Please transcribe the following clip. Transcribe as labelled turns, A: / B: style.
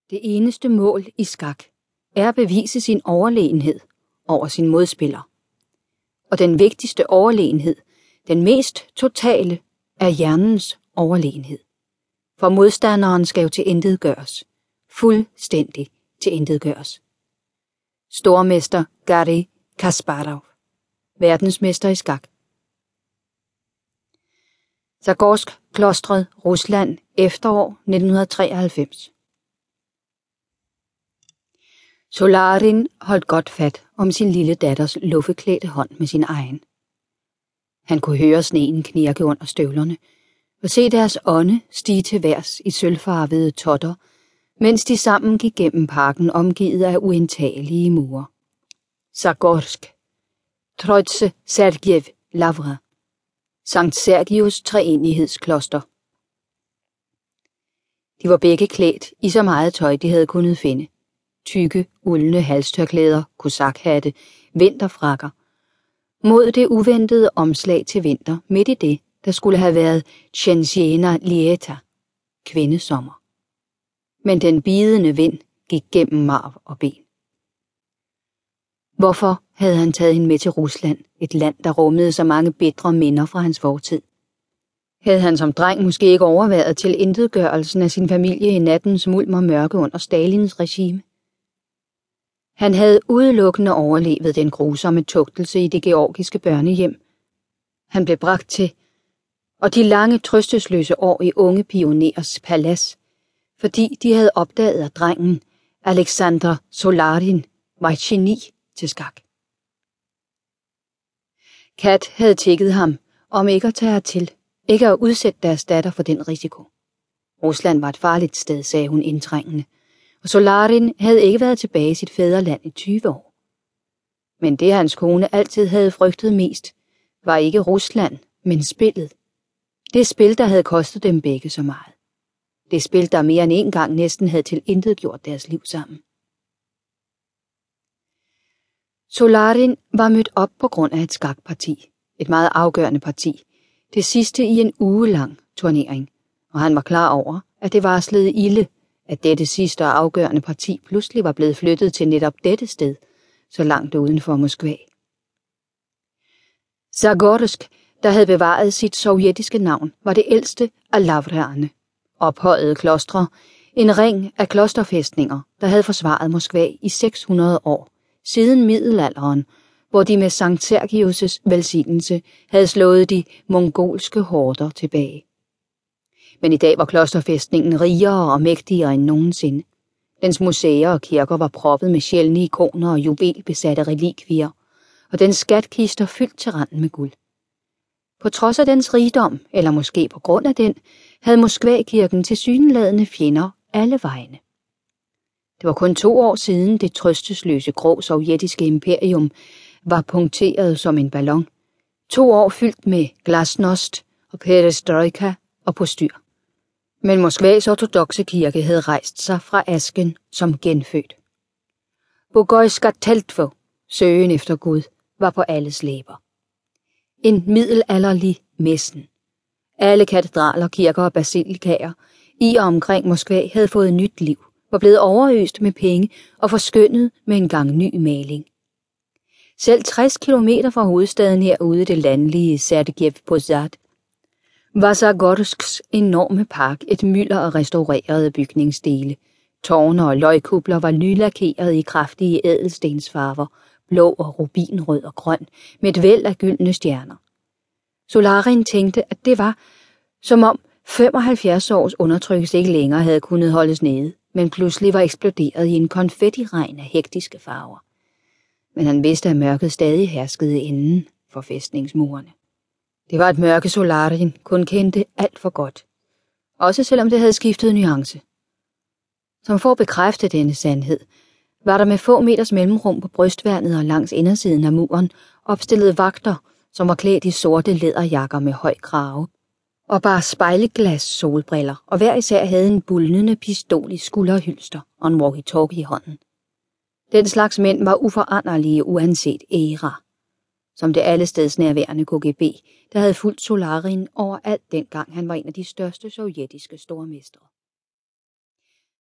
A: Det eneste mål i skak er at bevise sin overlegenhed over sin modspiller. Og den vigtigste overlegenhed, den mest totale, er hjernens overlegenhed. For modstanderen skal jo tilintetgøres. Fuldstændig tilintetgøres. Stormester Garri Kasparov. Verdensmester i skak. Zagorsk-klostret, Rusland, efterår 1993. Solarin holdt godt fat om sin lille datters luffeklædte hånd med sin egen. Han kunne høre sneen knirke under støvlerne og se deres ånde stige til værs i sølvfarvede totter, mens de sammen gik gennem parken omgivet af uindtagelige mure. Zagorsk, Troitse Sergejev Lavra, Sankt Sergius treenighedskloster. De var begge klædt i så meget tøj, de havde kunnet finde. Tykke, uldne halstørklæder, kosakhatte, vinterfrakker. Mod det uventede omslag til vinter, midt i det, der skulle have været Tjensiena Lieta, kvindesommer. Men den bidende vind gik gennem marv og ben. Hvorfor havde han taget hende med til Rusland, et land, der rummede så mange bitre minder fra hans fortid? Havde han som dreng måske ikke overværet til intetgørelsen af sin familie i nattens mulm og mørke under Stalins regime? Han havde udelukkende overlevet den grusomme tugtelse i det georgiske børnehjem. Han blev bragt til, og de lange trøstesløse år i unge pionerers palads, fordi de havde opdaget, at drengen, Alexander Solarin, var et geni til skak. Kat havde tækket ham om ikke at tage hertil, ikke at udsætte deres datter for den risiko. Rusland var et farligt sted, sagde hun indtrængende, og Solarin havde ikke været tilbage i sit fædreland i 20 år. Men det hans kone altid havde frygtet mest, var ikke Rusland, men spillet. Det spil, der havde kostet dem begge så meget. Det spil, der mere end en gang næsten havde tilintetgjort deres liv sammen. Solarin var mødt op på grund af et skakparti, et meget afgørende parti, det sidste i en ugelang turnering, og han var klar over, at det varslede ilde, at dette sidste og afgørende parti pludselig var blevet flyttet til netop dette sted, så langt uden for Moskva. Zagorsk, der havde bevaret sit sovjetiske navn, var det ældste af lavraerne, ophøjede klostre, en ring af klosterfæstninger, der havde forsvaret Moskva i 600 år, siden middelalderen, hvor de med Sankt Sergius' velsignelse havde slået de mongolske horder tilbage. Men i dag var klosterfæstningen rigere og mægtigere end nogensinde. Dens museer og kirker var proppet med sjældne ikoner og juvelbesatte relikvier, og dens skatkister fyldt til randen med guld. På trods af dens rigdom, eller måske på grund af den, havde Moskva-kirken tilsyneladende fjender alle vegne. Det var kun 2 år siden det trøstesløse grå sovjetiske imperium var punkteret som en ballon. 2 år fyldt med glasnost og perestrojka og postyr. Men Moskvas ortodokse kirke havde rejst sig fra asken som genfødt. Bogojska Teltvo, søgen efter Gud, var på alles læber. En middelalderlig messen. Alle katedraler, kirker og basilikaer i og omkring Moskva havde fået nyt liv, var blevet overøst med penge og forskønnet med en gang ny maling. Selv 60 kilometer fra hovedstaden herude i det landlige Sergejev Posad var Zagorsks enorme park et mylder af restaurerede bygningsdele. Tårne og løgkubler var nylakeret i kraftige ædelstensfarver, blå og rubinrød og grøn, med et væld af gyldne stjerner. Solarin tænkte, at det var, som om 75 års undertrykkelse ikke længere havde kunnet holdes nede, men pludselig var eksploderet i en konfettiregn af hektiske farver. Men han vidste, at mørket stadig herskede inden for fæstningsmurene. Det var et mørke, Solarin kun kendte alt for godt, også selvom det havde skiftet nuance. Som for at bekræfte denne sandhed, var der med få meters mellemrum på brystværnet og langs indersiden af muren opstillet vagter, som var klædt i sorte læderjakker med høj krave, og bar spejleglas solbriller, og hver især havde en bulnende pistol i skulderhylster og en walkie-talkie i hånden. Den slags mænd var uforanderlige uanset æra, som det allestedsnærværende KGB, der havde fulgt Solarin overalt dengang han var en af de største sovjetiske stormestre.